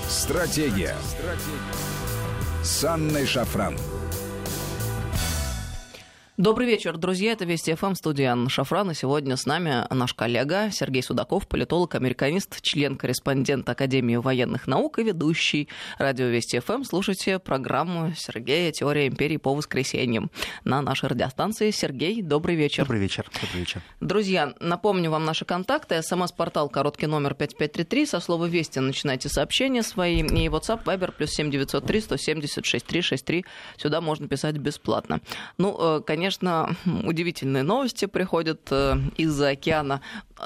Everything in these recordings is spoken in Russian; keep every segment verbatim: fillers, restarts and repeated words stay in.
Стратегия. Стратегия. С Анной Шафран. Добрый вечер, друзья. Это Вести ФМ, студия Анна Шафран. И сегодня с нами наш коллега Сергей Судаков, политолог, американист, член-корреспондент Академии военных наук и ведущий радио Вести ФМ. Слушайте программу Сергея «Теория империи» по воскресеньям на нашей радиостанции. Сергей, добрый вечер. Добрый вечер. Добрый вечер. Друзья, напомню вам наши контакты. СМС-портал короткий номер пять пять три три. Со слова «Вести» начинайте сообщения свои. И WhatsApp, Viber, плюс семь девятьсот три сто семьдесят шесть триста шестьдесят три. Сюда можно писать бесплатно. Ну, конечно, Конечно, удивительные новости приходят из-за океана.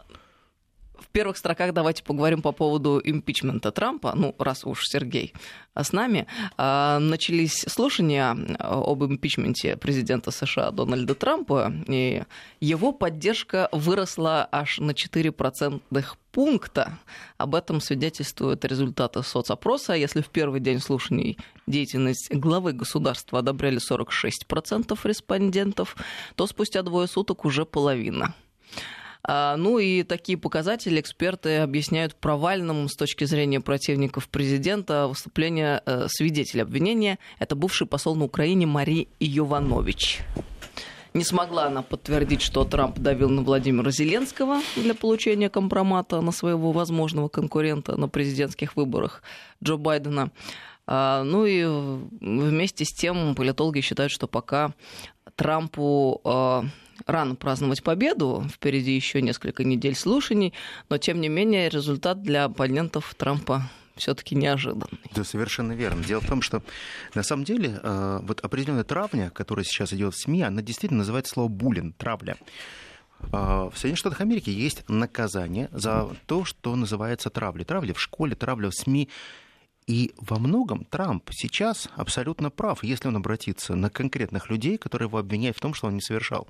В первых строках давайте поговорим по поводу импичмента Трампа. Ну, раз уж Сергей с нами. Начались слушания об импичменте президента США Дональда Трампа, и его поддержка выросла аж на четыре процентных пункта. Об этом свидетельствуют результаты соцопроса. Если в первый день слушаний деятельность главы государства одобряли сорок шесть процентов респондентов, то спустя двое суток уже половина. Ну и такие показатели эксперты объясняют провальным с точки зрения противников президента выступления свидетеля обвинения. Это бывший посол на Украине Мария Йованович. Не смогла она подтвердить, что Трамп давил на Владимира Зеленского для получения компромата на своего возможного конкурента на президентских выборах Джо Байдена. Ну и вместе с тем политологи считают, что пока Трампу рано праздновать победу, впереди еще несколько недель слушаний, но тем не менее результат для оппонентов Трампа все-таки неожиданный. Да, совершенно верно. Дело в том, что на самом деле вот определенная травня, которая сейчас идет в СМИ, она действительно называется слово буллинг, травля. В Соединенных Штатах Америки есть наказание за то, что называется травлей. Травля в школе, травля в СМИ. И во многом Трамп сейчас абсолютно прав, если он обратится на конкретных людей, которые его обвиняют в том, что он не совершал.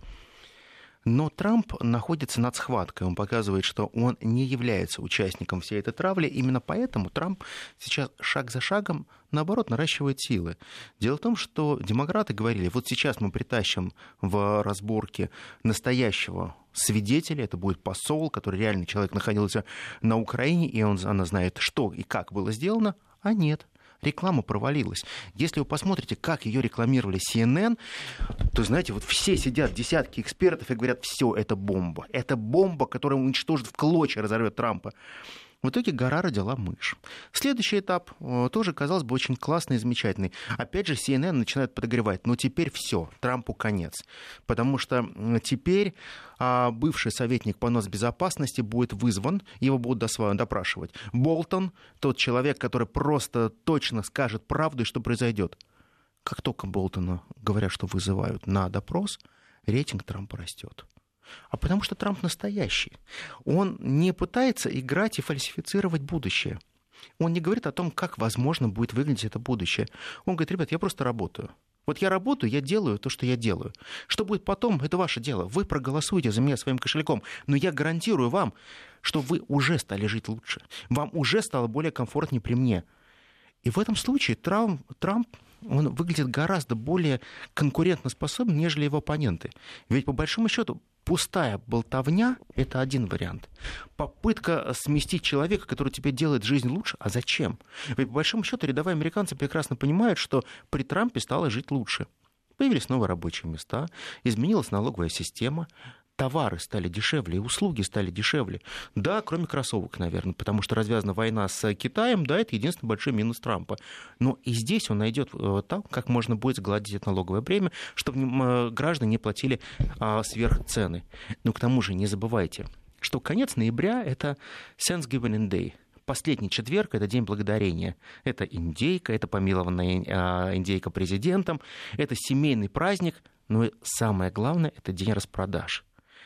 Но Трамп находится над схваткой. Он показывает, что он не является участником всей этой травли. Именно поэтому Трамп сейчас шаг за шагом, наоборот, наращивает силы. Дело в том, что демократы говорили, вот сейчас мы притащим в разборке настоящего свидетеля, это будет посол, который реально человек находился на Украине, и он, она знает, что и как было сделано, а нет. Реклама провалилась. Если вы посмотрите, как ее рекламировали си эн эн, то, знаете, вот все сидят, десятки экспертов, и говорят, все, это бомба. Это бомба, которая уничтожит в клочья, разорвет Трампа. В итоге гора родила мышь. Следующий этап тоже, казалось бы, очень классный и замечательный. Опять же, си эн эн начинает подогревать. Но теперь все, Трампу конец. Потому что теперь бывший советник по нацбезопасности будет вызван, его будут допрашивать. Болтон, тот человек, который просто точно скажет правду, и что произойдет. Как только Болтона говорят, что вызывают на допрос, рейтинг Трампа растет. А потому что Трамп настоящий. Он не пытается играть и фальсифицировать будущее. Он не говорит о том, как возможно будет выглядеть это будущее. Он говорит, ребят, я просто работаю. Вот я работаю, я делаю то, что я делаю. Что будет потом, это ваше дело. Вы проголосуете за меня своим кошельком. Но я гарантирую вам, что вы уже стали жить лучше. Вам уже стало более комфортнее при мне. И в этом случае Трамп, Трамп он выглядит гораздо более конкурентоспособным, нежели его оппоненты. Ведь по большому счету пустая болтовня – это один вариант. Попытка сместить человека, который тебе делает жизнь лучше, а зачем? Ведь по большому счету рядовые американцы прекрасно понимают, что при Трампе стало жить лучше. Появились новые рабочие места, изменилась налоговая система, товары стали дешевле, и услуги стали дешевле. Да, кроме кроссовок, наверное, потому что развязана война с Китаем, да, это единственный большой минус Трампа. Но и здесь он найдет там, как можно будет сгладить это налоговое бремя, чтобы граждане не платили а, сверхцены. Но к тому же не забывайте, что конец ноября – это Thanksgiving Day. Последний четверг – это День Благодарения. Это индейка, это помилованная а, индейка президентом, это семейный праздник, но самое главное – это день распродаж.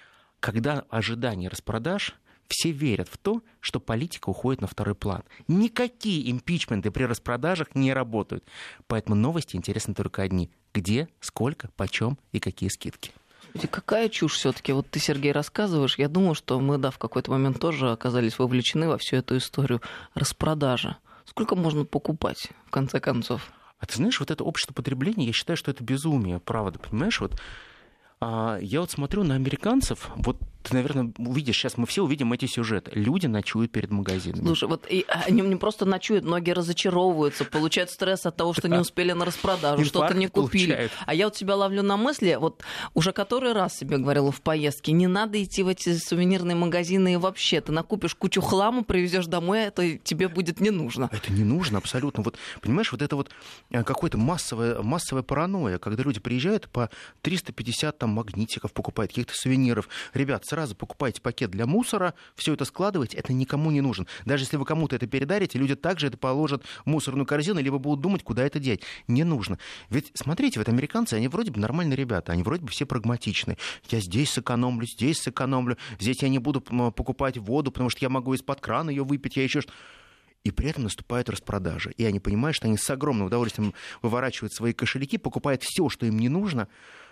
Когда ожидание распродаж, все верят в то, что политика уходит на второй план. Никакие импичменты при распродажах не работают. Поэтому новости интересны только одни. Где, сколько, почем и какие скидки. Какая чушь все-таки. Вот ты, Сергей, рассказываешь. Я думаю, что мы, да, в какой-то момент тоже оказались вовлечены во всю эту историю распродажи. Сколько можно покупать, в конце концов? А ты знаешь, вот это общество потребления, я считаю, что это безумие. Правда, понимаешь, вот... Я вот смотрю на американцев, вот Ты, наверное, увидишь, сейчас мы все увидим эти сюжеты. Люди ночуют перед магазинами. Слушай, вот и они не просто ночуют, многие разочаровываются, получают стресс от того, что не успели на распродажу, что-то не купили. Получают. А я вот себя ловлю на мысли, вот уже который раз себе говорила в поездке, не надо идти в эти сувенирные магазины и вообще. Ты накупишь кучу хлама, привезешь домой, это тебе будет не нужно. Это не нужно абсолютно. Вот, понимаешь, вот это вот какое-то массовое, массовая паранойя, когда люди приезжают по триста пятьдесят там магнитиков, покупают каких-то сувениров. Ребят, сразу покупайте пакет для мусора, все это складывайте, это никому не нужно. Даже если вы кому-то это передарите, люди также это положат в мусорную корзину, либо будут думать, куда это деть. Не нужно. Ведь, смотрите, вот американцы, они вроде бы нормальные ребята, они вроде бы все прагматичные. Я здесь сэкономлю, здесь сэкономлю, здесь я не буду покупать воду, потому что я могу из-под крана ее выпить, я еще что-то. И при этом наступают распродажи. И они понимают, что они с огромным удовольствием выворачивают свои кошельки, покупают все, что им не нужно.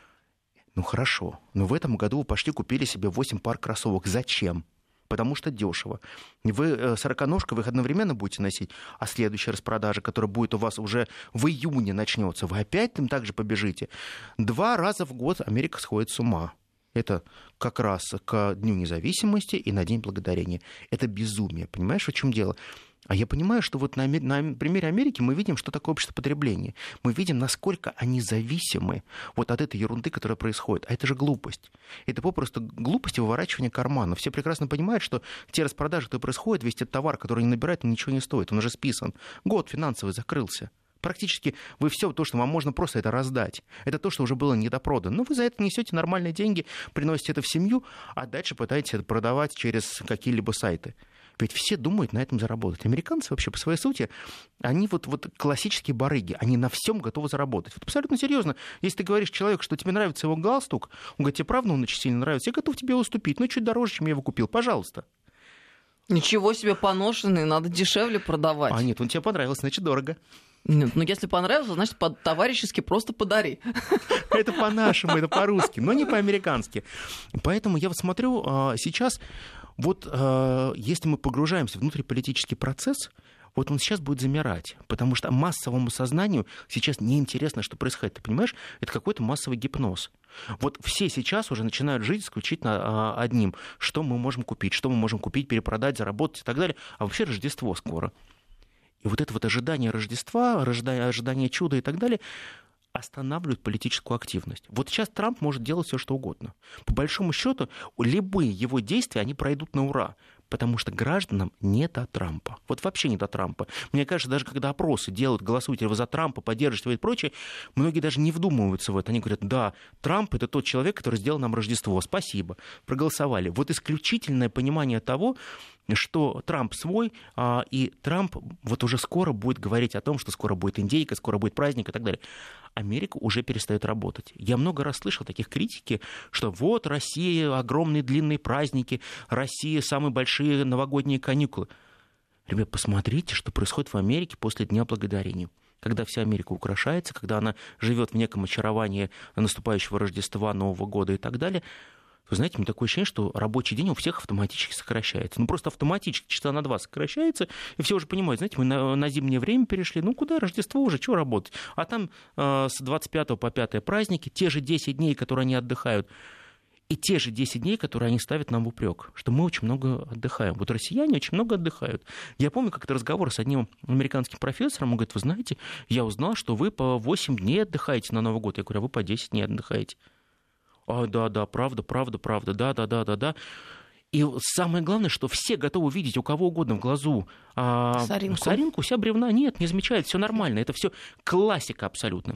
Ну хорошо, но в этом году вы пошли купили себе восемь пар кроссовок. Зачем? Потому что дешево. Вы сороконожка, вы их одновременно будете носить, а следующая распродажа, которая будет у вас уже в июне начнется, вы опять им также побежите. Два раза в год Америка сходит с ума. Это как раз к Дню независимости и на День благодарения. Это безумие. Понимаешь, в чем дело? А я понимаю, что вот на, на примере Америки мы видим, что такое общество потребления. Мы видим, насколько они зависимы вот от этой ерунды, которая происходит. А это же глупость. Это попросту глупость и выворачивание кармана. Все прекрасно понимают, что те распродажи, которые происходят, весь этот товар, который они набирают, он ничего не стоит. Он уже списан. Год финансовый закрылся. Практически вы все то, что вам можно просто это раздать. Это то, что уже было недопродано. Но вы за это несете нормальные деньги, приносите это в семью, а дальше пытаетесь это продавать через какие-либо сайты. Ведь все думают на этом заработать. Американцы вообще по своей сути, они вот, вот классические барыги, они на всем готовы заработать. Вот абсолютно серьезно. Если ты говоришь человеку, что тебе нравится его галстук, он говорит, тебе правда он очень сильно нравится, я готов тебе уступить, но чуть дороже, чем я его купил, пожалуйста. Ничего себе поношенный, надо дешевле продавать. А нет, он тебе понравился, значит, дорого. Нет, ну если понравился, значит, по-товарищески просто подари. Это по-нашему, это по-русски, но не по-американски. Поэтому я вот смотрю сейчас, вот если мы погружаемся в внутриполитический процесс, вот он сейчас будет замирать, потому что массовому сознанию сейчас неинтересно, что происходит. Ты понимаешь, это какой-то массовый гипноз. Вот все сейчас уже начинают жить исключительно одним, что мы можем купить, что мы можем купить, перепродать, заработать и так далее. А вообще Рождество скоро. И вот это вот ожидание Рождества, ожидание чуда и так далее останавливает политическую активность. Вот сейчас Трамп может делать все, что угодно. По большому счету, любые его действия, они пройдут на ура. Потому что гражданам не до Трампа. Вот вообще не до Трампа. Мне кажется, даже когда опросы делают, голосуете ли вы за Трампа, поддерживаете его и прочее, многие даже не вдумываются в это. Они говорят, да, Трамп — это тот человек, который сделал нам Рождество. Спасибо. Проголосовали. Вот исключительное понимание того, что Трамп свой, а, и Трамп вот уже скоро будет говорить о том, что скоро будет индейка, скоро будет праздник и так далее. Америка уже перестает работать. Я много раз слышал таких критики, что вот Россия, огромные длинные праздники, Россия, самые большие новогодние каникулы. Ребят, посмотрите, что происходит в Америке после Дня Благодарения. Когда вся Америка украшается, когда она живет в неком очаровании наступающего Рождества, Нового года и так далее. Вы знаете, у меня такое ощущение, что рабочий день у всех автоматически сокращается. Ну, просто автоматически часа на два сокращается, и все уже понимают, знаете, мы на, на зимнее время перешли, ну, куда, Рождество уже, чего работать? А там э, с двадцать пятого по пятое праздники, те же десять дней, которые они отдыхают, и те же десять дней, которые они ставят нам в упрек, что мы очень много отдыхаем. Вот россияне очень много отдыхают. Я помню как-то разговор с одним американским профессором, он говорит, вы знаете, я узнал, что вы по восемь дней отдыхаете на Новый год. Я говорю, а вы по десять дней отдыхаете. А, да, да, правда, правда, правда, да, да, да, да, да. И самое главное, что все готовы видеть у кого угодно в глазу а, соринку. соринку, вся бревна. Нет, не замечает, все нормально. Это все классика абсолютно.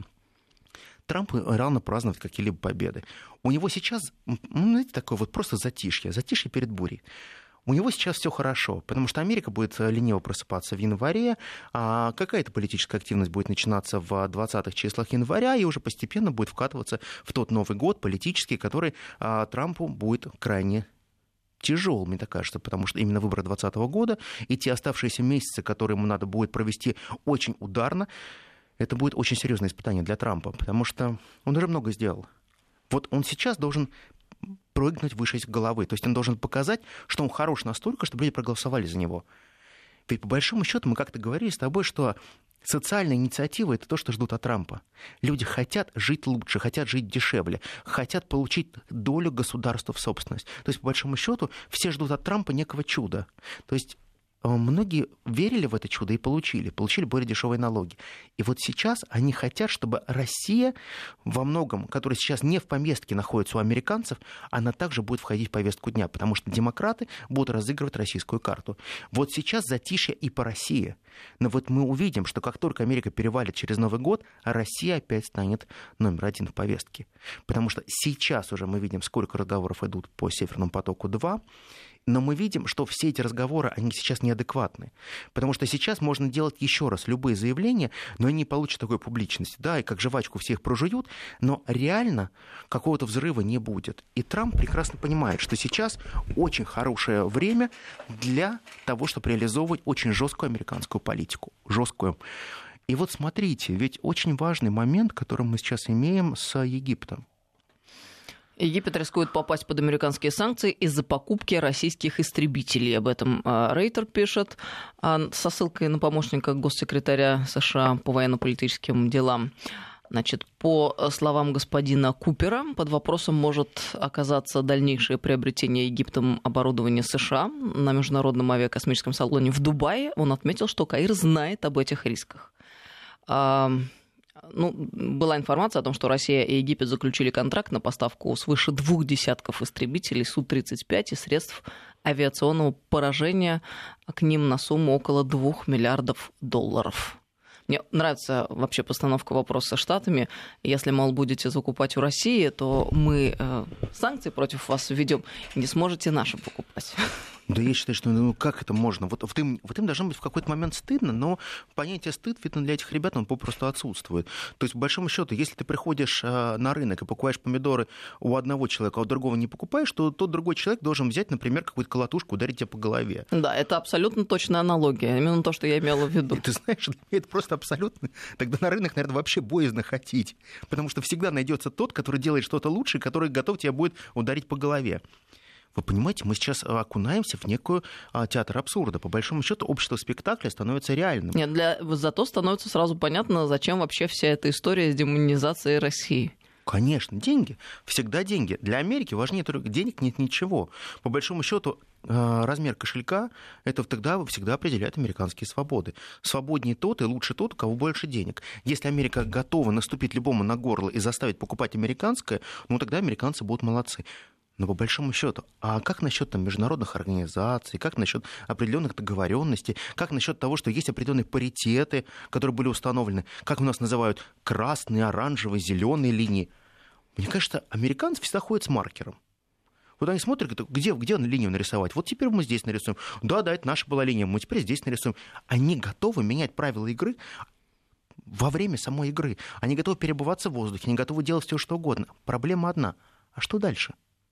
Трамп рано праздновать какие-либо победы. У него сейчас, ну, знаете, такое вот просто затишье, затишье перед бурей. У него сейчас все хорошо, потому что Америка будет лениво просыпаться в январе, а какая-то политическая активность будет начинаться в двадцатых числах января и уже постепенно будет вкатываться в тот Новый год политический, который а, Трампу будет крайне тяжел, мне так кажется, потому что именно выборы двадцатого года и те оставшиеся месяцы, которые ему надо будет провести очень ударно, это будет очень серьезное испытание для Трампа, потому что он уже много сделал. Вот он сейчас должен прыгнуть выше головы. То есть он должен показать, что он хорош настолько, чтобы люди проголосовали за него. Ведь по большому счету мы как-то говорили с тобой, что Социальная инициатива — это то, что ждут от Трампа. Люди хотят жить лучше, хотят жить дешевле, хотят получить долю государства в собственность. То есть, по большому счету, все ждут от Трампа некого чуда. То есть многие верили в это чудо и получили. Получили более дешевые налоги. И вот сейчас они хотят, чтобы Россия во многом, которая сейчас не в повестке находится у американцев, она также будет входить в повестку дня, потому что демократы будут разыгрывать российскую карту. Вот сейчас затишье и по России. Но вот мы увидим, что как только Америка перевалит через Новый год, Россия опять станет номер один в повестке. Потому что сейчас уже мы видим, сколько разговоров идут по Северному потоку-два, но мы видим, что все эти разговоры, они сейчас неадекватны. Потому что сейчас можно делать еще раз любые заявления, но они не получат такой публичности. Да, и как жвачку все их прожуют, но реально какого-то взрыва не будет. И Трамп прекрасно понимает, что сейчас очень хорошее время для того, чтобы реализовывать очень жесткую американскую политику. Жесткую. И вот смотрите, ведь очень важный момент, который мы сейчас имеем с Египтом. Египет рискует попасть под американские санкции из-за покупки российских истребителей. Об этом Рейтер пишет со ссылкой на помощника госсекретаря США по военно-политическим делам. Значит, по словам господина Купера, под вопросом может оказаться дальнейшее приобретение Египтом оборудования США на международном авиакосмическом салоне в Дубае. Он отметил, что Каир знает об этих рисках. Ну, была информация о том, что Россия и Египет заключили контракт на поставку свыше двух десятков истребителей Су тридцать пять и средств авиационного поражения к ним на сумму около двух миллиардов долларов. Мне нравится вообще постановка вопроса с Штатами. Если, мол, будете закупать у России, то мы э, санкции против вас введем, и не сможете наши покупать. Да я считаю, что ну как это можно? Вот, вот, им, вот им должно быть в какой-то момент стыдно, но понятие стыд, видно, для этих ребят он попросту отсутствует. То есть, по большому счету, если ты приходишь а, на рынок и покупаешь помидоры у одного человека, а у другого не покупаешь, то тот другой человек должен взять, например, какую-то колотушку, ударить тебя по голове. Да, это абсолютно точная аналогия, именно то, что я имела в виду. И ты знаешь, это просто абсолютно... Тогда на рынок, наверное, вообще боязно ходить, потому что всегда найдется тот, который делает что-то лучше, который готов тебя будет ударить по голове. Вы понимаете, мы сейчас окунаемся в некую а, театр абсурда. По большому счету, общество спектакля становится реальным. Нет, для... зато становится сразу понятно, зачем вообще вся эта история с демонизацией России. Конечно, деньги. Всегда деньги. Для Америки важнее только денег нет ничего. По большому счету, размер кошелька это тогда всегда определяет американские свободы. Свободнее тот и лучше тот, у кого больше денег. Если Америка готова наступить любому на горло и заставить покупать американское, ну тогда американцы будут молодцы. Но по большому счету, а как насчет там, международных организаций, как насчет определенных договоренностей, как насчет того, что есть определенные паритеты, которые были установлены, как у нас называют красные, оранжевые, зеленые линии? Мне кажется, американцы всегда ходят с маркером. Вот они смотрят, где, где линию нарисовать. Вот теперь мы здесь нарисуем. Да, да, это наша была линия, мы теперь здесь нарисуем. Они готовы менять правила игры во время самой игры. Они готовы перебываться в воздухе, они готовы делать все, что угодно. Проблема одна. А что дальше?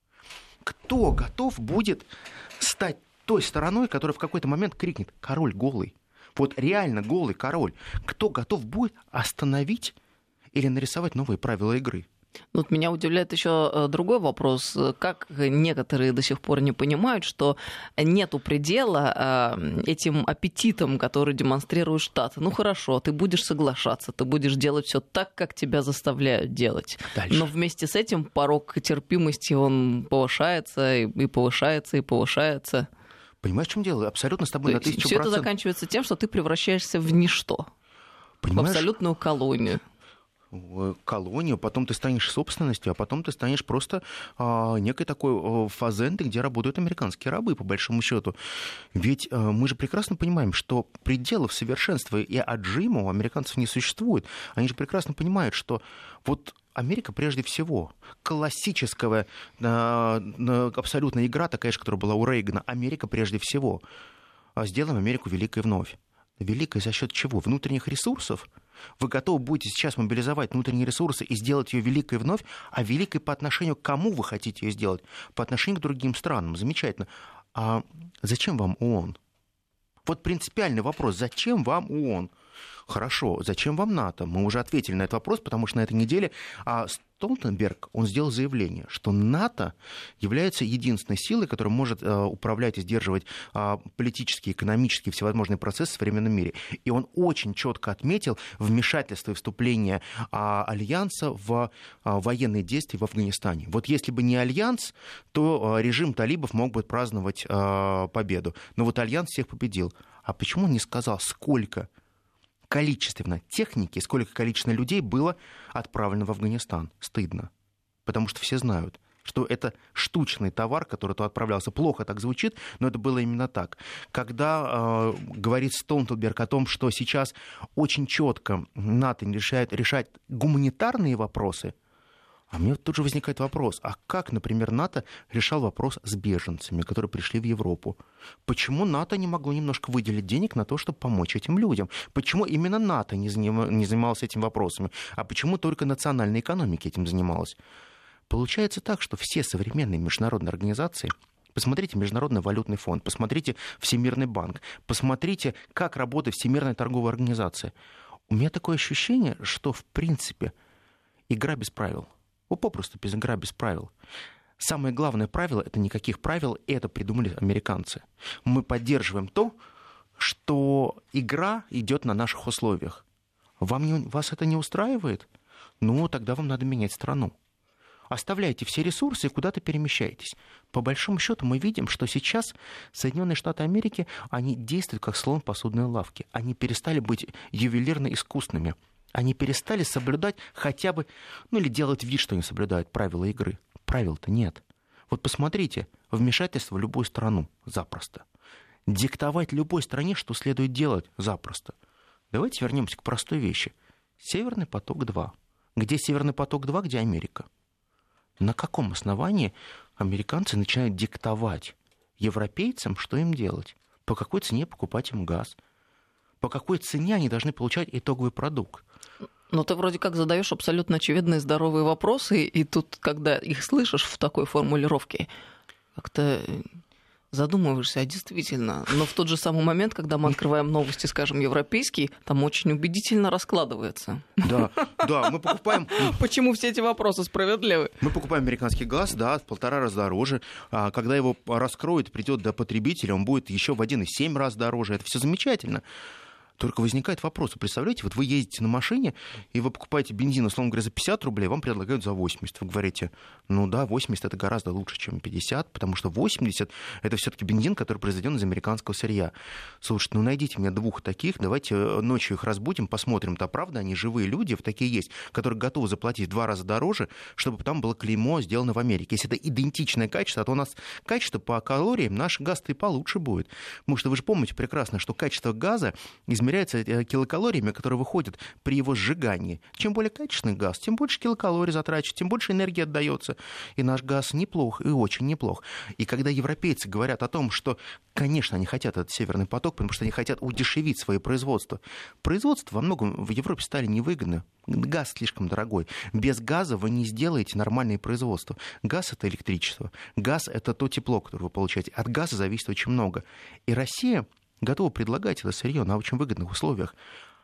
Кто готов будет стать той стороной, которая в какой-то момент крикнет «Король голый». Вот реально голый король. Кто готов будет остановить или нарисовать новые правила игры? Вот меня удивляет еще другой вопрос. Как некоторые до сих пор не понимают, что нету предела этим аппетитам, которые демонстрируют Штаты. Ну хорошо, ты будешь соглашаться, ты будешь делать все так, как тебя заставляют делать. Дальше. Но вместе с этим порог терпимости, он повышается и повышается и повышается. Понимаешь, в чем дело? Абсолютно с тобой на тысячу процентов. Все это заканчивается тем, что ты превращаешься в ничто. Понимаешь? В абсолютную колонию. колонию, потом ты станешь собственностью, а потом ты станешь просто а, некой такой а, фазентой, где работают американские рабы, по большому счету. Ведь а, мы же прекрасно понимаем, что пределов совершенства и отжима у американцев не существует. Они же прекрасно понимают, что вот Америка прежде всего, классическая а, абсолютно игра, такая же, которая была у Рейгана, Америка прежде всего. А сделаем Америку великой вновь. Великой за счет чего? Внутренних ресурсов? Вы готовы будете сейчас мобилизовать внутренние ресурсы и сделать ее великой вновь, а великой по отношению к кому вы хотите ее сделать? По отношению к другим странам. Замечательно. А зачем вам ООН? Вот принципиальный вопрос. Зачем вам ООН? Хорошо, зачем вам НАТО? Мы уже ответили на этот вопрос, потому что на этой неделе а Столтенберг, он сделал заявление, что НАТО является единственной силой, которая может а, управлять и сдерживать а, политические, экономические, всевозможные процессы в современном мире. И он очень четко отметил вмешательство и вступление а, Альянса в а, военные действия в Афганистане. Вот если бы не Альянс, то а, режим талибов мог бы праздновать а, победу. Но вот Альянс всех победил. А почему он не сказал, сколько количественно техники, сколько количественно людей было отправлено в Афганистан? Стыдно. Потому что все знают, что это штучный товар, который туда отправлялся. Плохо так звучит, но это было именно так. Когда э, говорит Столтенберг о том, что сейчас очень четко НАТО решает решать гуманитарные вопросы, а мне тут же возникает вопрос, а как, например, НАТО решал вопрос с беженцами, которые пришли в Европу? Почему НАТО не могло немножко выделить денег на то, чтобы помочь этим людям? Почему именно НАТО не занималось этим вопросами? А почему только национальная экономика этим занималась? Получается так, что все современные международные организации, посмотрите Международный валютный фонд, посмотрите Всемирный банк, посмотрите, как работает Всемирная торговая организация. У меня такое ощущение, что, в принципе, игра без правил. Вот попросту без игра, без правил. Самое главное правило — это никаких правил, и это придумали американцы. Мы поддерживаем то, что игра идет на наших условиях. Вам не, вас это не устраивает? Ну, тогда вам надо менять страну. Оставляйте все ресурсы и куда-то перемещайтесь. По большому счету мы видим, что сейчас Соединенные Штаты Америки, они действуют как слон в посудной лавке. Они перестали быть ювелирно-искусными. Они перестали соблюдать хотя бы, ну или делать вид, что они соблюдают правила игры. Правил-то нет. Вот посмотрите, вмешательство в любую страну запросто. Диктовать любой стране, что следует делать, запросто. Давайте вернемся к простой вещи. Северный поток-два. Где Северный поток-два, где Америка? На каком основании американцы начинают диктовать европейцам, что им делать? По какой цене покупать им газ? По какой цене они должны получать итоговый продукт? Но ты вроде как задаешь абсолютно очевидные здоровые вопросы, и тут, когда их слышишь в такой формулировке, как-то задумываешься, а действительно. Но в тот же самый момент, когда мы открываем новости, скажем, европейские, там очень убедительно раскладывается. Да, да, мы покупаем... Почему все эти вопросы справедливы? Мы покупаем американский газ, да, в полтора раза дороже. А когда его раскроют, придет до потребителя, он будет еще в один и семь раз дороже. Это все замечательно. Только возникает вопрос, представляете, вот вы едете на машине, и вы покупаете бензин, условно говоря, за пятьдесят рублей, вам предлагают за восемьдесят. Вы говорите, ну да, восемьдесят это гораздо лучше, чем пятьдесят, потому что восемьдесят это все-таки бензин, который произведен из американского сырья. Слушайте, ну найдите мне двух таких, давайте ночью их разбудим, посмотрим, это правда, они живые люди, такие есть, которые готовы заплатить в два раза дороже, чтобы там было клеймо «сделано в Америке». Если это идентичное качество, то у нас качество по калориям, наш газ-то и получше будет. Потому что вы же помните прекрасно, что качество газа из измеряется килокалориями, которые выходят при его сжигании. Чем более качественный газ, тем больше килокалорий затрачивается, тем больше энергии отдается. И наш газ неплох, и очень неплох. И когда европейцы говорят о том, что, конечно, они хотят этот Северный поток, потому что они хотят удешевить свои производства. Производства во многом в Европе стали невыгодны. Газ слишком дорогой. Без газа вы не сделаете нормальные производства. Газ — это электричество. Газ — это то тепло, которое вы получаете. От газа зависит очень много. И Россия готовы предлагать это сырье на очень выгодных условиях.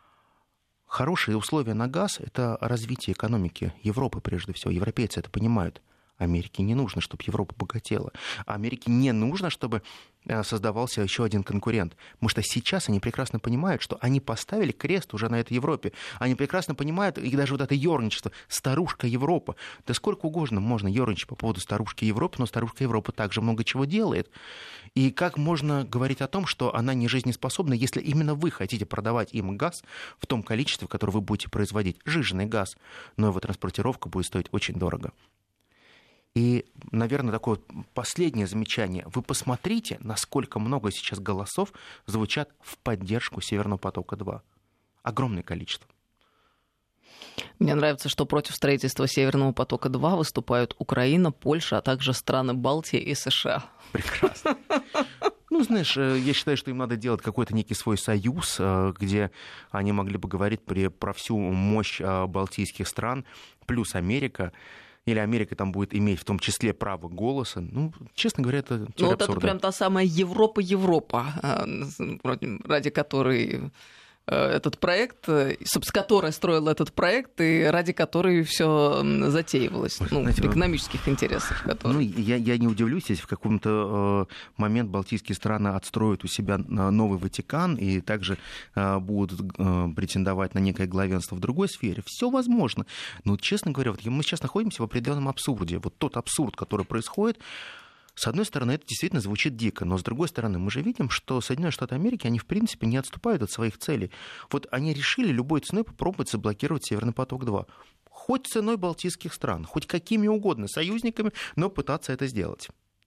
Хорошие условия на газ — это развитие экономики Европы, прежде всего. Европейцы это понимают. Америке не нужно, чтобы Европа богатела. Америке не нужно, чтобы создавался еще один конкурент. Потому что сейчас они прекрасно понимают, что они поставили крест уже на этой Европе. Они прекрасно понимают, и даже вот это ерничество, старушка Европа. Да сколько угодно можно ерничать по поводу старушки Европы, но старушка Европа также много чего делает. И как можно говорить о том, что она не жизнеспособна, если именно вы хотите продавать им газ в том количестве, которое вы будете производить? Жиженый газ. Но его транспортировка будет стоить очень дорого. И, наверное, такое последнее замечание. Вы посмотрите, насколько много сейчас голосов звучат в поддержку Северного потока-два. Огромное количество. Мне нравится, что против строительства Северного потока-два выступают Украина, Польша, а также страны Балтии и США. Прекрасно. Ну, знаешь, я считаю, что им надо делать какой-то некий свой союз, где они могли бы говорить про всю мощь балтийских стран, плюс Америка. Или Америка там будет иметь в том числе право голоса. Ну, честно говоря, это теория ну, абсурда. Вот это прям та самая Европа-Европа, ради которой этот проект, которая строила этот проект и ради которой все затеивалось, ну, знаете, в экономических интересах. Которые... Ну, я, я не удивлюсь, если в каком-то э, момент балтийские страны отстроят у себя новый Ватикан и также э, будут э, претендовать на некое главенство в другой сфере. Все возможно. Но, честно говоря, вот мы сейчас находимся в определенном абсурде. Вот тот абсурд, который происходит, с одной стороны, это действительно звучит дико, но с другой стороны, мы же видим, что Соединенные Штаты Америки, они, в принципе, не отступают от своих целей. Вот они решили любой ценой попробовать заблокировать Северный поток-два. Хоть ценой балтийских стран, хоть какими угодно союзниками, но пытаться это сделать.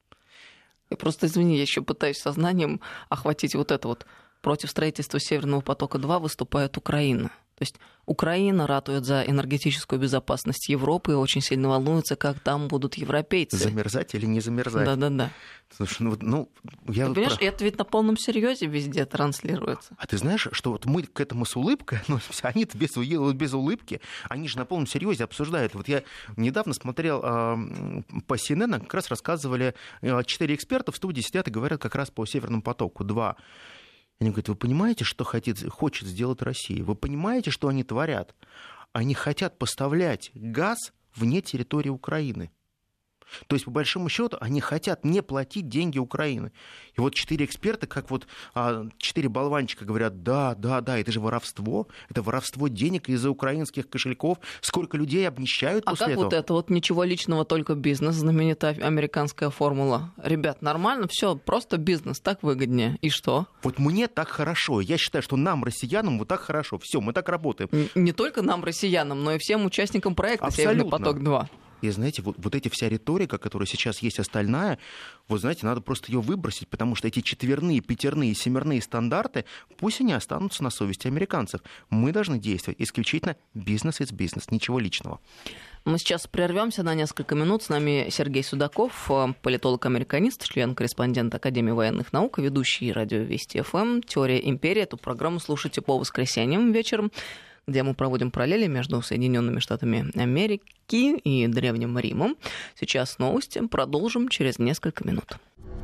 Я просто, извини, я еще пытаюсь сознанием охватить вот это вот. Против строительства Северного потока-два выступает Украина. То есть Украина ратует за энергетическую безопасность Европы и очень сильно волнуется, как там будут европейцы. Замерзать или не замерзать? Да-да-да. Слушай, ну, ну, я... Ты понимаешь, это ведь на полном серьезе везде транслируется. А ты знаешь, что вот мы к этому с улыбкой, ну, они-то без, без улыбки, они же на полном серьезе обсуждают. Вот я недавно смотрел э, по си эн эн, как раз рассказывали, э, четыре эксперта в студии сидят и говорят как раз по Северному потоку-два. Они говорят, вы понимаете, что хотит, хочет сделать Россия? Вы понимаете, что они творят? Они хотят поставлять газ вне территории Украины. То есть, по большому счету, они хотят не платить деньги Украины. И вот четыре эксперта, как вот а, четыре болванчика говорят, да, да, да, это же воровство, это воровство денег из-за украинских кошельков. Сколько людей обнищают а после этого? А как этого? вот это вот ничего личного, только бизнес, знаменитая американская формула? Ребят, нормально, все, просто бизнес, так выгоднее. И что? Вот мне так хорошо. Я считаю, что нам, россиянам, вот так хорошо. Все, мы так работаем. Не только нам, россиянам, но и всем участникам проекта «Северный поток-два». И знаете, вот, вот эти вся риторика, которая сейчас есть остальная, вот знаете, надо просто ее выбросить, потому что эти четверные, пятерные, семерные стандарты, пусть они останутся на совести американцев. Мы должны действовать исключительно бизнес из бизнес, ничего личного. Мы сейчас прервемся на несколько минут. С нами Сергей Судаков, политолог-американист, член-корреспондент Академии военных наук, ведущий радио Вести эф эм «Теория империи». Эту программу слушайте по воскресеньям вечером, где мы проводим параллели между Соединенными Штатами Америки и Древним Римом. Сейчас новости. Продолжим через несколько минут.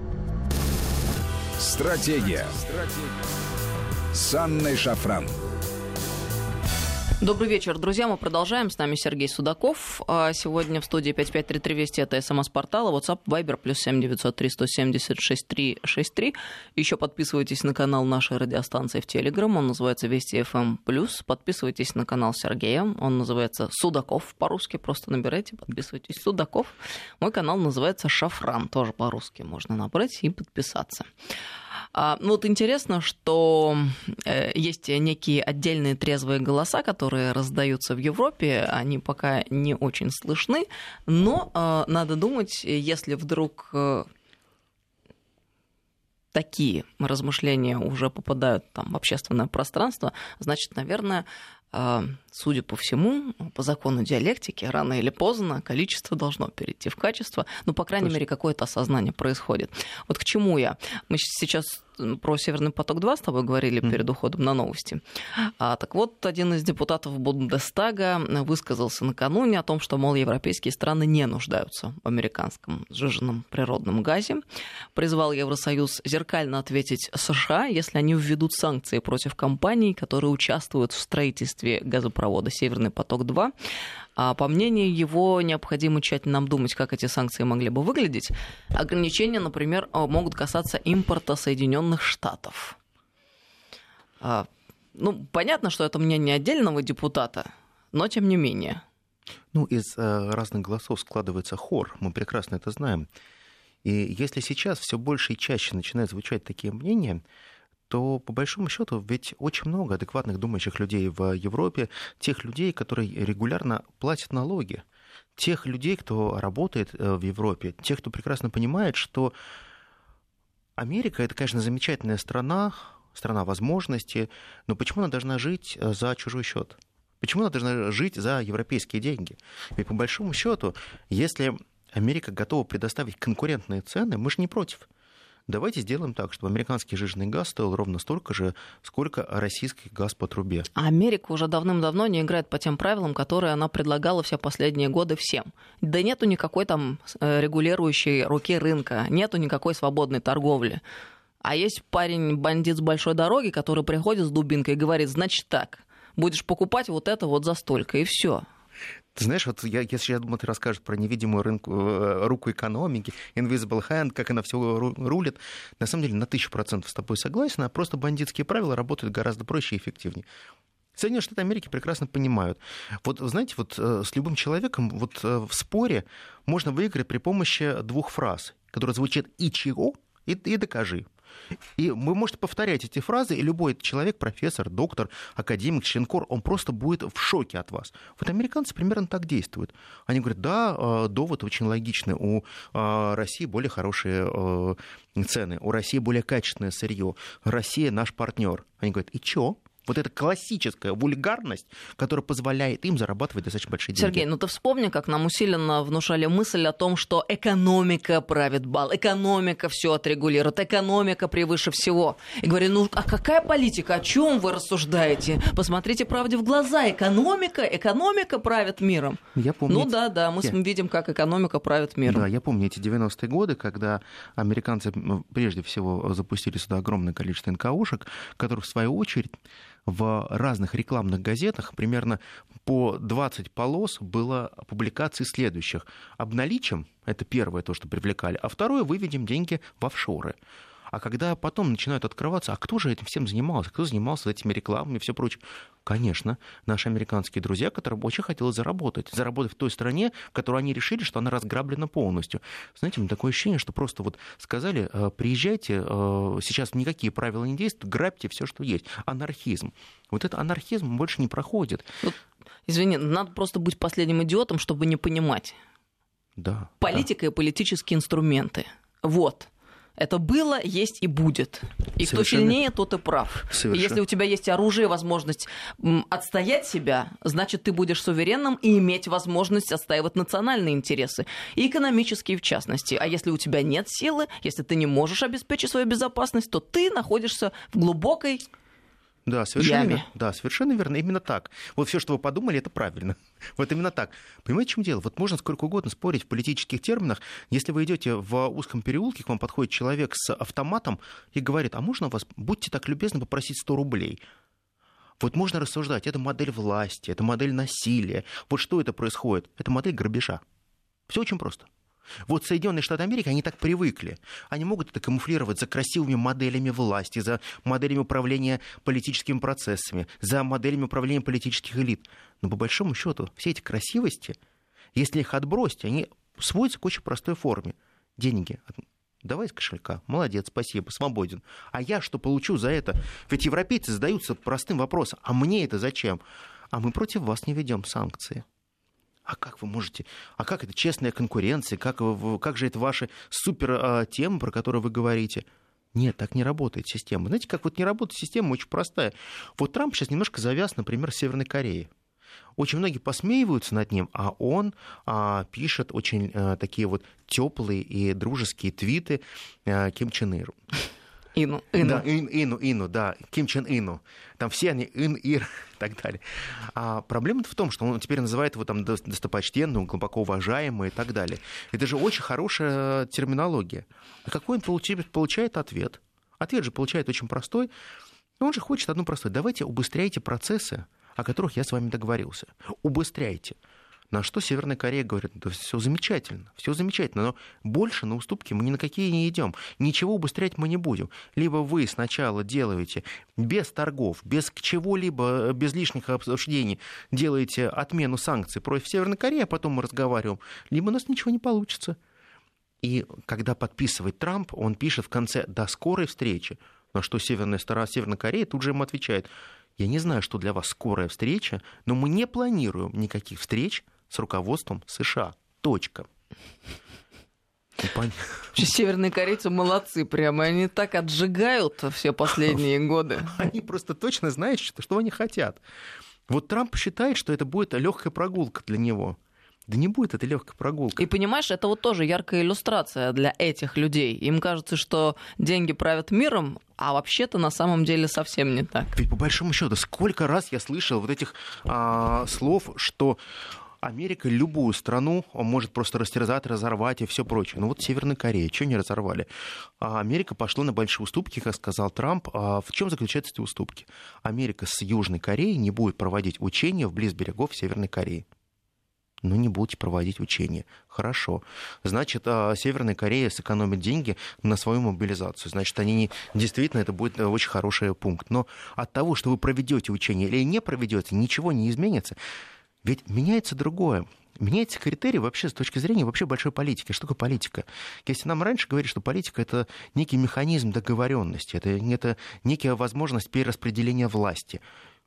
Стратегия. Стратегия. С Анной Шафран. Добрый вечер, друзья. Мы продолжаем. С нами Сергей Судаков. Сегодня в студии пять пять три три Вести. Это СМС-портал. WhatsApp, Viber, плюс семь девятьсот три сто семьдесят шесть три шесть три. Еще подписывайтесь на канал нашей радиостанции в Телеграм. Он называется Вести эф эм плюс. Подписывайтесь на канал Сергея. Он называется Судаков по-русски. Просто набирайте, подписывайтесь. Судаков. Мой канал называется Шафран. Тоже по-русски можно набрать и подписаться. Ну вот интересно, что есть некие отдельные трезвые голоса, которые раздаются в Европе, они пока не очень слышны, но надо думать, если вдруг такие размышления уже попадают там в общественное пространство, значит, наверное, судя по всему, по закону диалектики, рано или поздно количество должно перейти в качество. Ну, по крайней Точно. мере, какое-то осознание происходит. Вот к чему я? Мы сейчас про Северный поток-два с тобой говорили mm. перед уходом на новости. А, так вот, один из депутатов Бундестага высказался накануне о том, что, мол, европейские страны не нуждаются в американском сжиженном природном газе. Призвал Евросоюз зеркально ответить США, если они введут санкции против компаний, которые участвуют в строительстве газопровода «Северный поток-два». А по мнению его, необходимо тщательно обдумать, как эти санкции могли бы выглядеть. Ограничения, например, могут касаться импорта Соединенных Штатов. Ну, понятно, что это мнение отдельного депутата, но тем не менее. Ну, из разных голосов складывается хор, мы прекрасно это знаем. И если сейчас все больше и чаще начинают звучать такие мнения, то, по большому счету, ведь очень много адекватных думающих людей в Европе, тех людей, которые регулярно платят налоги, тех людей, кто работает в Европе, тех, кто прекрасно понимает, что Америка — это, конечно, замечательная страна, страна возможностей, но почему она должна жить за чужой счет? Почему она должна жить за европейские деньги? Ведь, по большому счету, если Америка готова предоставить конкурентные цены, мы же не против. Давайте сделаем так, чтобы американский жиженый газ стоил ровно столько же, сколько российский газ по трубе. А Америка уже давным-давно не играет по тем правилам, которые она предлагала все последние годы всем. Да нету никакой там регулирующей руки рынка, нету никакой свободной торговли. А есть парень-бандит с большой дороги, который приходит с дубинкой и говорит, значит так, будешь покупать вот это вот за столько, и все. Ты знаешь, вот я, если я думаю, ты расскажешь про невидимую рынку, руку экономики, invisible hand, как она все рулит, на самом деле на тысячу процентов с тобой согласен, а просто бандитские правила работают гораздо проще и эффективнее. Соединенные Штаты Америки прекрасно понимают. Вот, знаете, вот с любым человеком вот в споре можно выиграть при помощи двух фраз, которые звучат «и чего?» и, и «докажи». И вы можете повторять эти фразы, и любой человек, профессор, доктор, академик, членкор, он просто будет в шоке от вас. Вот американцы примерно так действуют. Они говорят, да, довод очень логичный, у России более хорошие цены, у России более качественное сырье, Россия наш партнер. Они говорят, и чё? Вот это классическая вульгарность, которая позволяет им зарабатывать достаточно большие деньги. Сергей, ну ты вспомни, как нам усиленно внушали мысль о том, что экономика правит бал, экономика все отрегулирует, экономика превыше всего. И говорили, ну а какая политика, о чем вы рассуждаете? Посмотрите правде в глаза, экономика, экономика правит миром. Я помню ну эти... да, да, мы я... видим, как экономика правит миром. Да, я помню эти девяностые годы, когда американцы прежде всего запустили сюда огромное количество эн ка о-шек, которые в свою очередь в разных рекламных газетах примерно по двадцать полос было публикаций следующих. Обналичим, это первое то, что привлекали, а второе, выведем деньги в офшоры. А когда потом начинают открываться, а кто же этим всем занимался, кто занимался этими рекламами и все прочее? Конечно, наши американские друзья, которые очень хотели заработать. Заработать в той стране, в которой они решили, что она разграблена полностью. Знаете, у меня такое ощущение, что просто вот сказали, приезжайте, сейчас никакие правила не действуют, грабьте все, что есть. Анархизм. Вот этот анархизм больше не проходит. Ну, извини, надо просто быть последним идиотом, чтобы не понимать. Да. Политика да. и политические инструменты. Вот. Это было, есть и будет. И Совершенно... кто сильнее, тот и прав. Совершенно... И если у тебя есть оружие, возможность отстоять себя, значит, ты будешь суверенным и иметь возможность отстаивать национальные интересы. И экономические, в частности. А если у тебя нет силы, если ты не можешь обеспечить свою безопасность, то ты находишься в глубокой... Да, совершенно, яме. Да, совершенно верно. Именно так. Вот все, что вы подумали, это правильно. Вот именно так. Понимаете, в чем дело? Вот можно сколько угодно спорить в политических терминах. Если вы идете в узком переулке, к вам подходит человек с автоматом и говорит, а можно вас, будьте так любезны, попросить сто рублей? Вот можно рассуждать, это модель власти, это модель насилия. Вот что это происходит? Это модель грабежа. Все очень просто. Вот Соединенные Штаты Америки, они так привыкли. Они могут это камуфлировать за красивыми моделями власти, за моделями управления политическими процессами, за моделями управления политических элит. Но по большому счету все эти красивости, если их отбросить, они сводятся к очень простой форме. Деньги. Давай из кошелька. Молодец, спасибо, свободен. А я что получу за это? Ведь европейцы задаются простым вопросом. А мне это зачем? А мы против вас не ведем санкции. А как вы можете? А как это честная конкуренция? Как, вы, как же это ваши супер темы, про которые вы говорите? Нет, так не работает система. Знаете, как вот не работает система, очень простая. Вот Трамп сейчас немножко завяз, например, в Северной Корее. Очень многие посмеиваются над ним, а он а, пишет очень а, такие вот теплые и дружеские твиты а, Ким Чен Иру. Ину, Ину. Да, ин, Ину, Ину, да, Ким Чен Ину. Там все они Ин, Ир и так далее. А проблема в том, что он теперь называет его там достопочтенным, глубоко уважаемым и так далее. Это же очень хорошая терминология. А какой он получает, получает ответ? Ответ же получает очень простой. Он же хочет одну простую. Давайте убыстряйте процессы, о которых я с вами договорился. Убыстряйте. На что Северная Корея говорит, да все замечательно, все замечательно, но больше на уступки мы ни на какие не идем, ничего убыстрять мы не будем. Либо вы сначала делаете без торгов, без чего-либо, без лишних обсуждений, делаете отмену санкций против Северной Кореи, а потом мы разговариваем, либо у нас ничего не получится. И когда подписывает Трамп, он пишет в конце «до скорой встречи», на что Северная сторона Северной Кореи тут же ему отвечает, я не знаю, что для вас скорая встреча, но мы не планируем никаких встреч с руководством США. Точка. Северные корейцы молодцы прямо. Они так отжигают все последние годы. Они просто точно знают, что, что они хотят. Вот Трамп считает, что это будет легкая прогулка для него. Да не будет это легкой прогулкой. И понимаешь, это вот тоже яркая иллюстрация для этих людей. Им кажется, что деньги правят миром, а вообще-то на самом деле совсем не так. Ведь по большому счету, сколько раз я слышал вот этих а, слов, что Америка любую страну может просто растерзать, разорвать и все прочее. Ну вот Северная Корея, что не разорвали? А Америка пошла на большие уступки, как сказал Трамп. А в чем заключаются эти уступки? Америка с Южной Кореей не будет проводить учения вблизи берегов Северной Кореи. Ну, не будете проводить учения. Хорошо. Значит, Северная Корея сэкономит деньги на свою мобилизацию. Значит, они не... действительно, это будет очень хороший пункт. Но от того, что вы проведете учения или не проведете, ничего не изменится. Ведь меняется другое. Меняется критерий вообще с точки зрения вообще большой политики. Что такое политика? Если нам раньше говорили, что политика — это некий механизм договоренности, это, это некая возможность перераспределения власти,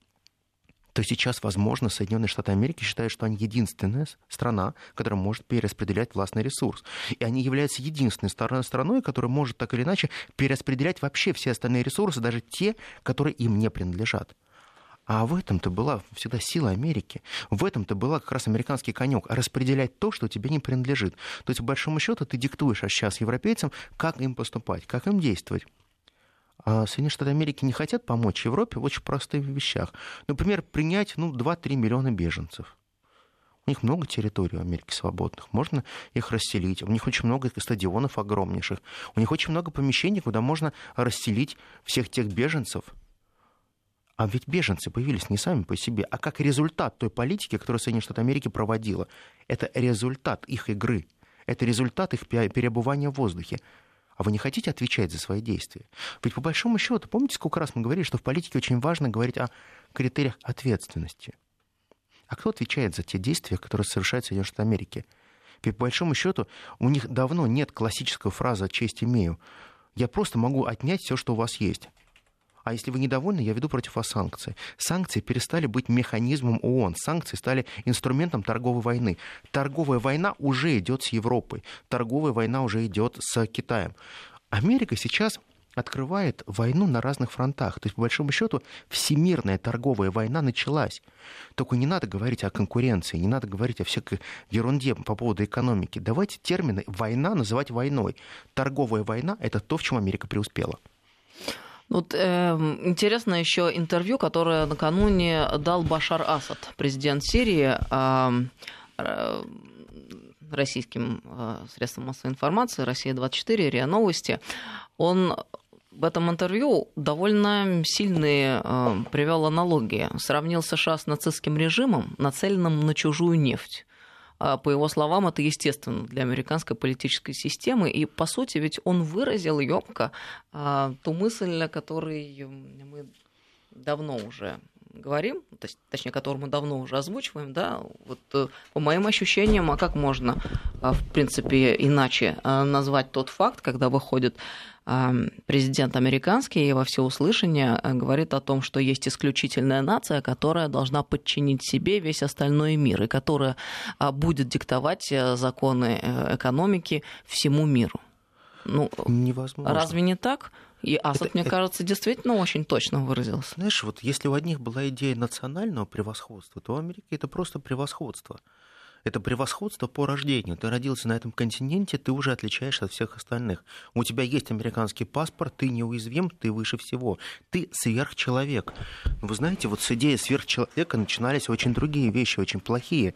то сейчас, возможно, Соединенные Штаты Америки считают, что они единственная страна, которая может перераспределять властный ресурс. И они являются единственной страной, которая может так или иначе перераспределять вообще все остальные ресурсы, даже те, которые им не принадлежат. А в этом-то была всегда сила Америки. В этом-то была как раз американский конек. Распределять то, что тебе не принадлежит. То есть, по большому счету, ты диктуешь а сейчас европейцам, как им поступать, как им действовать. А Соединенные Штаты Америки не хотят помочь Европе в очень простых вещах. Например, принять ну, два-три миллиона беженцев. У них много территорий в Америке свободных. Можно их расселить. У них очень много стадионов огромнейших. У них очень много помещений, куда можно расселить всех тех беженцев. А ведь беженцы появились не сами по себе, а как результат той политики, которую Соединенные Штаты Америки проводила. Это результат их игры. Это результат их перебывания в воздухе. А вы не хотите отвечать за свои действия? Ведь по большому счету, помните, сколько раз мы говорили, что в политике очень важно говорить о критериях ответственности. А кто отвечает за те действия, которые совершают Соединенные Штаты Америки? Ведь по большому счету у них давно нет классической фразы «честь имею». Я просто могу отнять все, что у вас есть. А если вы недовольны, я веду против вас санкции. Санкции перестали быть механизмом ООН. Санкции стали инструментом торговой войны. Торговая война уже идет с Европой. Торговая война уже идет с Китаем. Америка сейчас открывает войну на разных фронтах. То есть, по большому счету, всемирная торговая война началась. Только не надо говорить о конкуренции, не надо говорить о всякой ерунде по поводу экономики. Давайте термины «война» называть войной. Торговая война — это то, в чем Америка преуспела. Вот, э, интересно еще интервью, которое накануне дал Башар Асад, президент Сирии, э, э, российским э, средствам массовой информации, Россия двадцать четыре, РИА Новости. Он в этом интервью довольно сильные э, привел аналогии. Сравнил США с нацистским режимом, нацеленным на чужую нефть. По его словам, это естественно для американской политической системы. И, по сути, ведь он выразил ёмко ту мысль, о которой мы давно уже говорим, точнее, которую мы давно уже озвучиваем. Да? Вот, по моим ощущениям, а как можно, в принципе, иначе назвать тот факт, когда выходит президент американский и во всеуслышание говорит о том, что есть исключительная нация, которая должна подчинить себе весь остальной мир и которая будет диктовать законы экономики всему миру. Ну, невозможно. Разве не так? И Асад, это, мне это... кажется, действительно очень точно выразился. Знаешь, вот если у одних была идея национального превосходства, то у Америки это просто превосходство. Это превосходство по рождению. Ты родился на этом континенте, ты уже отличаешься от всех остальных. У тебя есть американский паспорт, ты неуязвим, ты выше всего. Ты сверхчеловек. Вы знаете, вот с идеей сверхчеловека начинались очень другие вещи, очень плохие.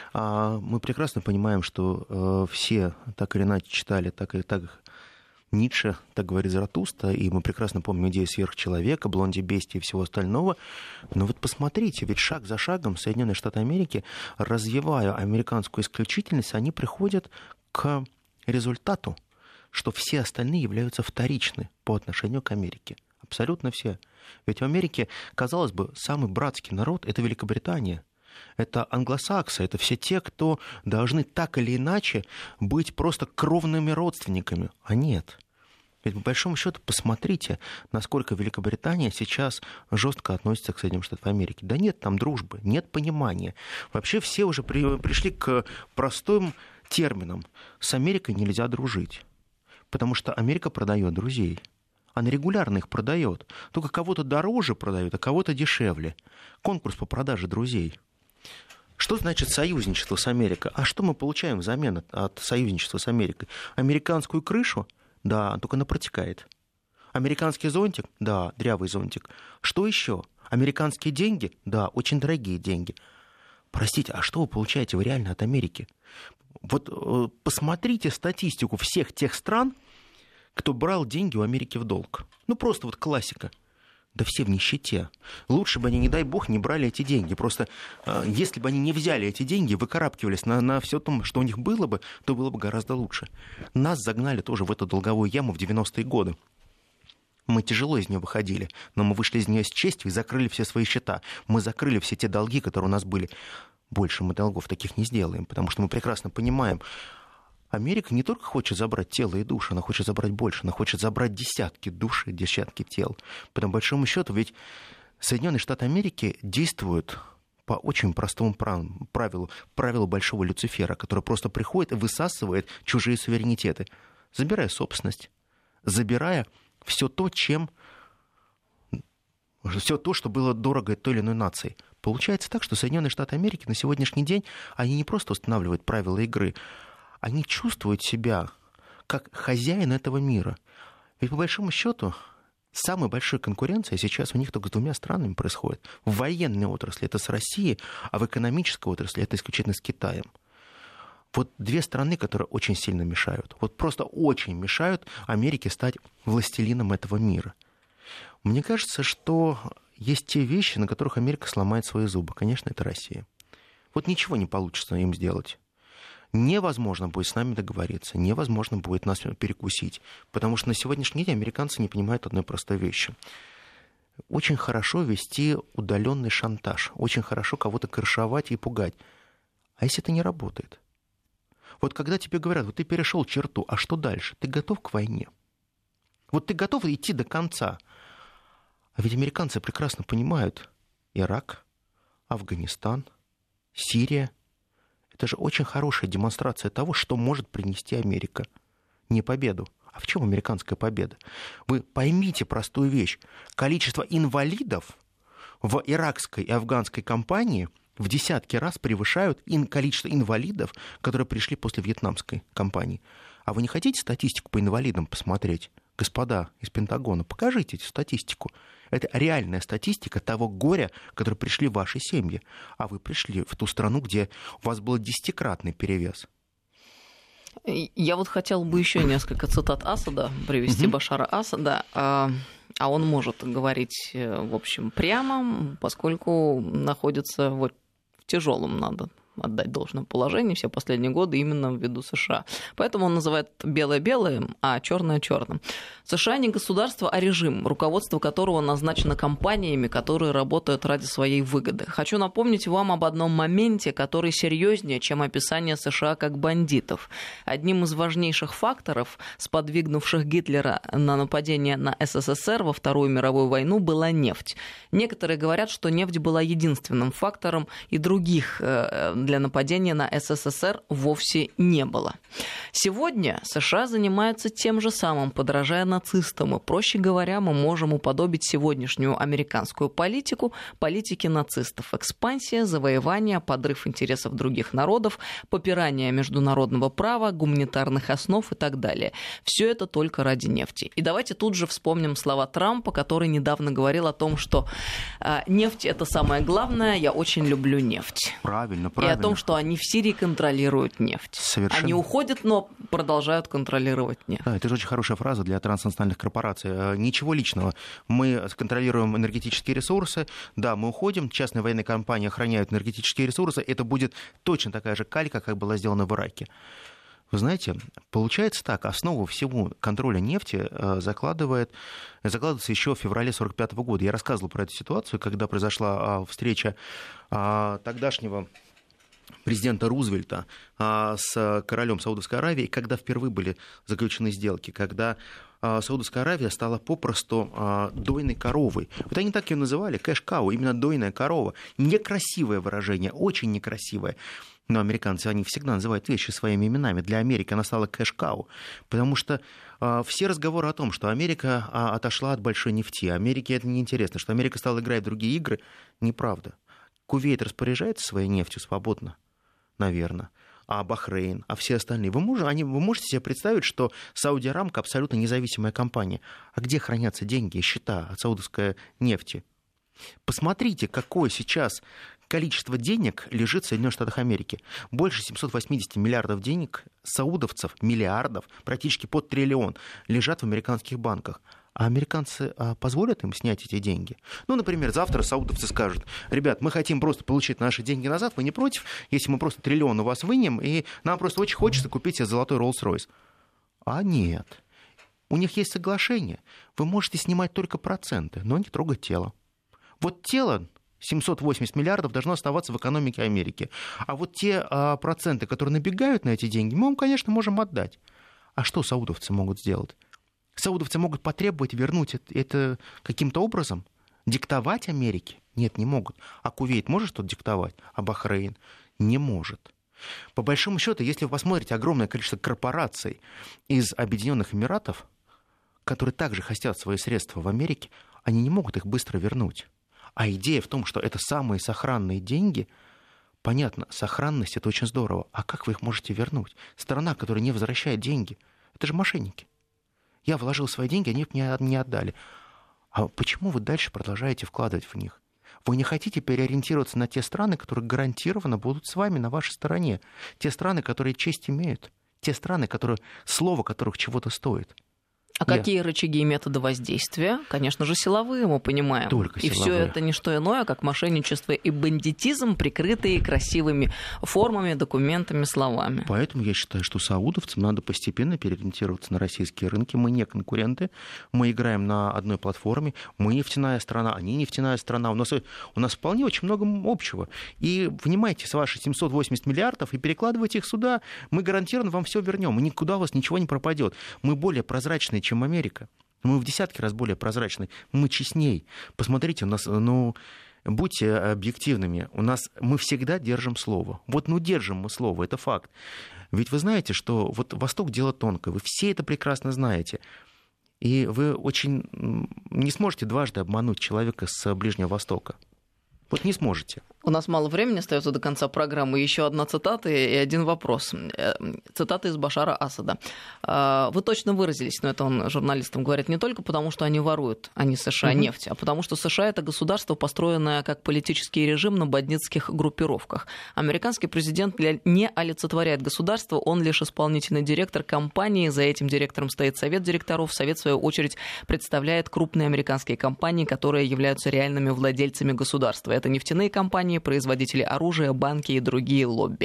Мы прекрасно понимаем, что все так или иначе читали, так или так Ницше, так говорит Заратустра, и мы прекрасно помним идею сверхчеловека, блонди бестии и всего остального. Но вот посмотрите, ведь шаг за шагом Соединенные Штаты Америки, развивая американскую исключительность, они приходят к результату, что все остальные являются вторичны по отношению к Америке. Абсолютно все. Ведь в Америке, казалось бы, самый братский народ — это Великобритания. Это англосаксы, это все те, кто должны так или иначе быть просто кровными родственниками. А нет. Ведь по большому счету посмотрите, насколько Великобритания сейчас жестко относится к Соединенным Штатам Америки. Да нет там дружбы, нет понимания. Вообще все уже при, пришли к простым терминам. С Америкой нельзя дружить, потому что Америка продает друзей. Она регулярно их продает. Только кого-то дороже продает, а кого-то дешевле. Конкурс по продаже друзей. Что значит союзничество с Америкой? А что мы получаем взамен от, от союзничества с Америкой? Американскую крышу? Да, только она протекает. Американский зонтик? Да, дрявый зонтик. Что еще? Американские деньги? Да, очень дорогие деньги. Простите, а что вы получаете вы реально от Америки? Вот э, посмотрите статистику всех тех стран, кто брал деньги у Америки в долг. Ну, просто вот классика. Да все в нищете. Лучше бы они, не дай бог, не брали эти деньги. Просто э, если бы они не взяли эти деньги, выкарабкивались на, на все то, что у них было бы, то было бы гораздо лучше. Нас загнали тоже в эту долговую яму в девяностые годы. Мы тяжело из нее выходили, но мы вышли из нее с честью и закрыли все свои счета. Мы закрыли все те долги, которые у нас были. Больше мы долгов таких не сделаем, потому что мы прекрасно понимаем, Америка не только хочет забрать тело и душу, она хочет забрать больше, она хочет забрать десятки душ и десятки тел. По большому счету, ведь Соединенные Штаты Америки действуют по очень простому правилу, правилу большого Люцифера, который просто приходит и высасывает чужие суверенитеты, забирая собственность, забирая все то, чем... все то, что было дорого той или иной нации. Получается так, что Соединенные Штаты Америки на сегодняшний день, они не просто устанавливают правила игры, они чувствуют себя как хозяин этого мира. Ведь по большому счету самая большая конкуренция сейчас у них только с двумя странами происходит. В военной отрасли это с Россией, а в экономической отрасли это исключительно с Китаем. Вот две страны, которые очень сильно мешают. Вот просто очень мешают Америке стать властелином этого мира. Мне кажется, что есть те вещи, на которых Америка сломает свои зубы. Конечно, это Россия. Вот ничего не получится им сделать. Невозможно будет с нами договориться, невозможно будет нас перекусить, потому что на сегодняшний день американцы не понимают одной простой вещи. Очень хорошо вести удаленный шантаж, очень хорошо кого-то крышевать и пугать. А если это не работает? Вот когда тебе говорят, вот ты перешел черту, а что дальше? Ты готов к войне? Вот ты готов идти до конца? А ведь американцы прекрасно понимают, Ирак, Афганистан, Сирия — это же очень хорошая демонстрация того, что может принести Америка. Не победу. А в чем американская победа? Вы поймите простую вещь. Количество инвалидов в иракской и афганской кампании в десятки раз превышают количество инвалидов, которые пришли после вьетнамской кампании. А вы не хотите статистику по инвалидам посмотреть? Господа из Пентагона, покажите эту статистику. Это реальная статистика того горя, которое пришли в ваши семьи. А вы пришли в ту страну, где у вас был десятикратный перевес. Я вот хотел бы еще несколько цитат Асада привести, угу. Башара Асада. А он может говорить, в общем, прямо, поскольку находится в тяжелом, надо отдать должное положение все последние годы именно ввиду США. Поэтому он называет белое белым, а черное черным. США не государство, а режим, руководство которого назначено компаниями, которые работают ради своей выгоды. Хочу напомнить вам об одном моменте, который серьезнее, чем описание США как бандитов. Одним из важнейших факторов, сподвигнувших Гитлера на нападение на СССР во Вторую мировую войну, была нефть. Некоторые говорят, что нефть была единственным фактором, и других для нападения на СССР вовсе не было. Сегодня США занимаются тем же самым, подражая нацистам. И, проще говоря, мы можем уподобить сегодняшнюю американскую политику политике нацистов. Экспансия, завоевание, подрыв интересов других народов, попирание международного права, гуманитарных основ и так далее. Все это только ради нефти. И давайте тут же вспомним слова Трампа, который недавно говорил о том, что э, нефть — это самое главное, я очень люблю нефть. Правильно, правильно. И о том, что они в Сирии контролируют нефть. Совершенно. Они уходят, но продолжают контролировать нефть. Да, это же очень хорошая фраза для транснациональных корпораций. Ничего личного. Мы контролируем энергетические ресурсы. Да, мы уходим. Частные военные компании охраняют энергетические ресурсы. Это будет точно такая же калька, как была сделана в Ираке. Вы знаете, получается так, основу всего контроля нефти закладывает, закладывается еще в феврале сорок пятого года. Я рассказывал про эту ситуацию, когда произошла встреча тогдашнего президента Рузвельта с королем Саудовской Аравии, когда впервые были заключены сделки, когда Саудовская Аравия стала попросту дойной коровой. Вот они так ее называли, кэш-кау, именно дойная корова. Некрасивое выражение, очень некрасивое. Но американцы, они всегда называют вещи своими именами. Для Америки она стала кэш-кау, потому что э, все разговоры о том, что Америка э, отошла от большой нефти, Америке это неинтересно, что Америка стала играть в другие игры, неправда. Кувейт распоряжается своей нефтью свободно, наверное, а Бахрейн, а все остальные. Вы можете, они, вы можете себе представить, что Сауди Арамко абсолютно независимая компания. А где хранятся деньги и счета от саудовской нефти? Посмотрите, какое сейчас количество денег лежит в Соединенных Штатах Америки. Больше семьсот восемьдесят миллиардов денег саудовцев, миллиардов, практически под триллион, лежат в американских банках. А американцы а, позволят им снять эти деньги? Ну, например, завтра саудовцы скажут: ребят, мы хотим просто получить наши деньги назад, вы не против, если мы просто триллион у вас вынем, и нам просто очень хочется купить себе золотой Роллс-Ройс? А нет. У них есть соглашение. Вы можете снимать только проценты, но не трогать тело. Вот тело, семьсот восемьдесят миллиардов, должно оставаться в экономике Америки. А вот те а, проценты, которые набегают на эти деньги, мы вам, конечно, можем отдать. А что саудовцы могут сделать? Саудовцы могут потребовать вернуть это, это каким-то образом? Диктовать Америке? Нет, не могут. А Кувейт может что-то диктовать? А Бахрейн? Не может. По большому счету, если вы посмотрите огромное количество корпораций из Объединенных Эмиратов, которые также хостят свои средства в Америке, они не могут их быстро вернуть. А идея в том, что это самые сохранные деньги, понятно, сохранность — это очень здорово. А как вы их можете вернуть? Страна, которая не возвращает деньги, это же мошенники. Я вложил свои деньги, они мне не отдали. А почему вы дальше продолжаете вкладывать в них? Вы не хотите переориентироваться на те страны, которые гарантированно будут с вами на вашей стороне? Те страны, которые честь имеют? Те страны, которые, слово которых чего-то стоит? А Я... какие рычаги и методы воздействия? Конечно же, силовые, мы понимаем. Только и силовые. все это не что иное, как мошенничество и бандитизм, прикрытые красивыми формами, документами, словами. Поэтому я считаю, что саудовцам надо постепенно переориентироваться на российские рынки. Мы не конкуренты, мы играем на одной платформе. Мы нефтяная страна, они нефтяная страна. У нас, у нас вполне очень много общего. И вынимайте с ваших семьсот восемьдесят миллиардов и перекладывайте их сюда. Мы гарантированно вам все вернем. И никуда у вас ничего не пропадет. Мы более прозрачные, чем Америка. Мы в десятки раз более прозрачны, мы честней. Посмотрите, у нас, ну, будьте объективными, у нас мы всегда держим слово. Вот, ну, держим мы слово, это факт. Ведь вы знаете, что вот Восток — дело тонкое, вы все это прекрасно знаете. И вы очень не сможете дважды обмануть человека с Ближнего Востока. Вот не сможете. У нас мало времени остается до конца программы. Еще одна цитата и один вопрос. Цитата из Башара Асада. Вы точно выразились, но это он журналистам говорит не только потому, что они воруют, они США, угу. нефть, а потому что США — это государство, построенное как политический режим на бандитских группировках. Американский президент не олицетворяет государство, он лишь исполнительный директор компании. За этим директором стоит совет директоров. Совет, в свою очередь, представляет крупные американские компании, которые являются реальными владельцами государства. Это нефтяные компании, производители оружия, банки и другие лобби.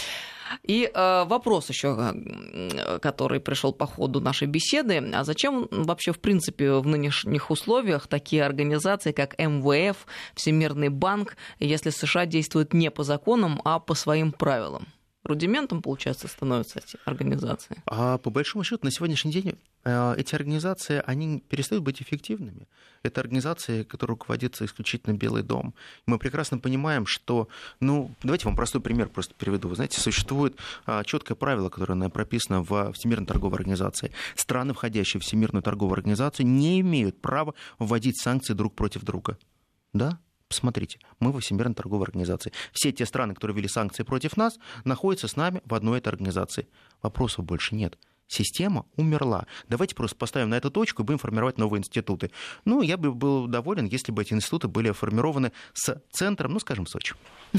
И э, вопрос еще, который пришел по ходу нашей беседы. А зачем вообще, в принципе, в нынешних условиях такие организации, как эм вэ эф, Всемирный банк, если США действуют не по законам, а по своим правилам? Рудиментом, получается, становятся эти организации? А по большому счету, на сегодняшний день эти организации, они перестают быть эффективными. Это организации, которые руководятся исключительно Белый дом. Мы прекрасно понимаем, что... Ну, давайте вам простой пример просто приведу. Вы знаете, существует четкое правило, которое прописано в Всемирной торговой организации. Страны, входящие в Всемирную торговую организацию, не имеют права вводить санкции друг против друга. Да? Посмотрите, мы во Всемирной торговой организации. Все те страны, которые ввели санкции против нас, находятся с нами в одной этой организации. Вопросов больше нет. Система умерла. Давайте просто поставим на эту точку и будем формировать новые институты. Ну, я бы был доволен, если бы эти институты были формированы с центром, ну, скажем, Сочи.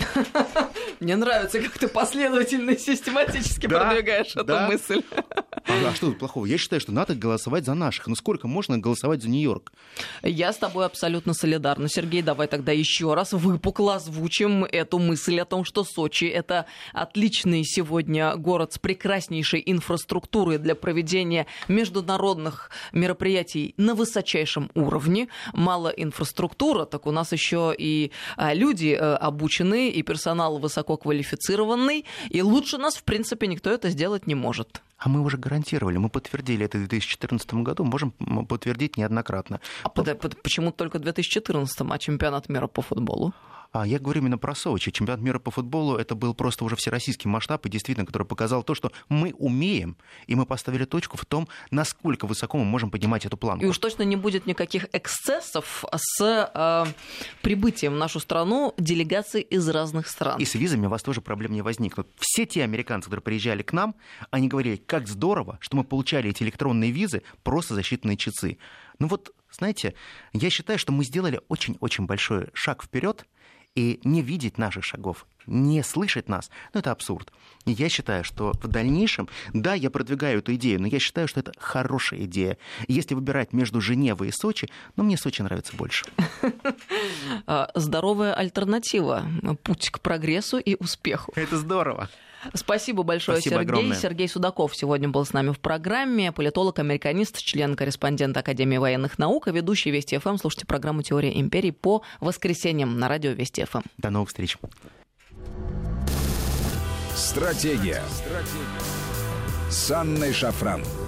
Мне нравится, как ты последовательно и систематически да, продвигаешь эту да. мысль. А, а что тут плохого? Я считаю, что надо голосовать за наших. Ну сколько можно голосовать за Нью-Йорк? Я с тобой абсолютно солидарна, Сергей. Давай тогда еще раз выпукло озвучим эту мысль о том, что Сочи — это отличный сегодня город с прекраснейшей инфраструктурой для проведения международных мероприятий на высочайшем уровне. Мало инфраструктура, так у нас еще и люди обученные, и персонал высококвалифицированный, и лучше нас, в принципе, никто это сделать не может. А мы уже гарантировали, мы подтвердили это в две тысячи четырнадцатом году, можем подтвердить неоднократно. А почему только в две тысячи четырнадцатом, а чемпионат мира по футболу? А я говорю именно про Сочи. Чемпионат мира по футболу — это был просто уже всероссийский масштаб, и действительно, который показал то, что мы умеем, и мы поставили точку в том, насколько высоко мы можем поднимать эту планку. И уж точно не будет никаких эксцессов с э, прибытием в нашу страну делегаций из разных стран. И с визами у вас тоже проблем не возникнут. Все те американцы, которые приезжали к нам, они говорили, как здорово, что мы получали эти электронные визы просто за считанные часы. Ну вот, знаете, я считаю, что мы сделали очень-очень большой шаг вперед, и не видеть наших шагов, не слышать нас, ну, это абсурд. И я считаю, что в дальнейшем, да, я продвигаю эту идею, но я считаю, что это хорошая идея. Если выбирать между Женевой и Сочи, ну, мне Сочи нравится больше. Здоровая альтернатива. Путь к прогрессу и успеху. Это здорово. Спасибо большое, Спасибо Сергей. огромное. Сергей Судаков сегодня был с нами в программе. Политолог, американист, член-корреспондент Академии военных наук, и ведущий Вести ФМ. Слушайте программу «Теория империй» по воскресеньям на радио Вести ФМ. До новых встреч. Стратегия. Стратегия. С Анной Шафран.